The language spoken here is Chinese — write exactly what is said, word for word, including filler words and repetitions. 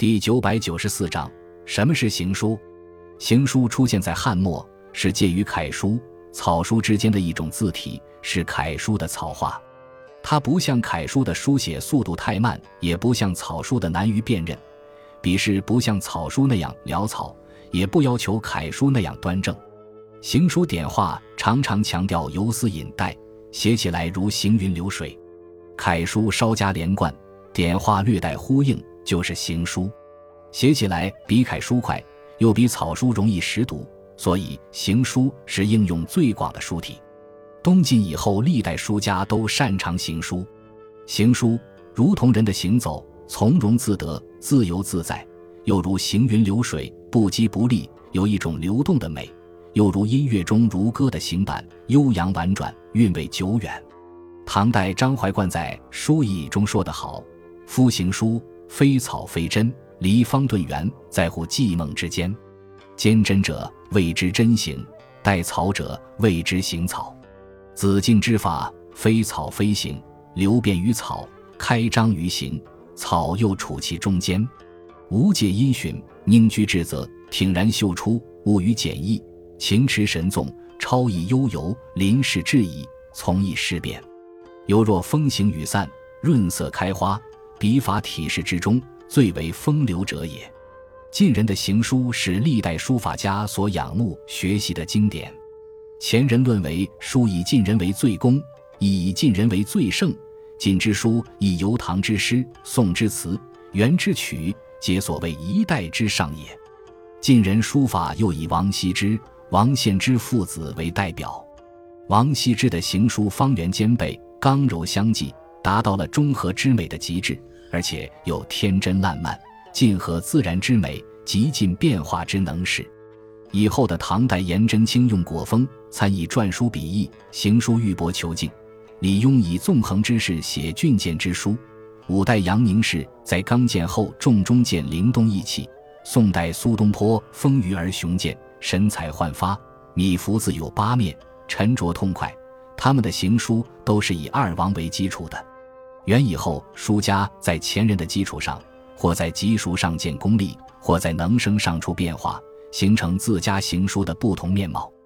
第九百九十四章，什么是行书？行书出现在汉末，是介于楷书、草书之间的一种字体，是楷书的草化。它不像楷书的书写速度太慢，也不像草书的难于辨认，笔势不像草书那样潦草，也不要求楷书那样端正。行书点画常常强调游丝引带，写起来如行云流水。楷书稍加连贯，点画略带呼应，就是行书。写起来比楷书快，又比草书容易识读，所以行书是应用最广的书体。东晋以后，历代书家都擅长行书。行书如同人的行走，从容自得，自由自在，又如行云流水，不羁不立，有一种流动的美；又如音乐中如歌的行板，悠扬婉转，韵味久远。唐代张怀灌在《书意》中说得好：夫行书，非草非真，离方顿圆，在乎寂梦之间。兼真者谓之真行，待草者谓之行草。子敬之法，非草非行，流变于草，开张于行，草又处其中间。无界因循，凝居至则，挺然秀出，物于简易，情驰神纵，超逸悠游，临事质疑，从易事变。犹若风行雨散，润色开花，笔法体式之中，最为风流者也。晋人的行书是历代书法家所仰慕学习的经典。前人论为书以晋人为最公，亦以晋人为最盛。晋之书亦由唐之诗、宋之词、元之曲，皆所谓一代之上也。晋人书法又以王羲之、王献之父子为代表。王羲之的行书方圆兼备，刚柔相济，达到了中和之美的极致，而且有天真烂漫、近和自然之美，极尽变化之能事。以后的唐代颜真卿用果风，参以篆书笔意，行书欲博求精；李邕以纵横之势写俊健之书；五代杨凝式在刚健后重中见灵动义气；宋代苏东坡丰腴而雄健，神采焕发；米芾自有八面，沉着痛快。他们的行书都是以二王为基础的。元以后，书家在前人的基础上，或在集书上见功力，或在能声上出变化，形成自家行书的不同面貌。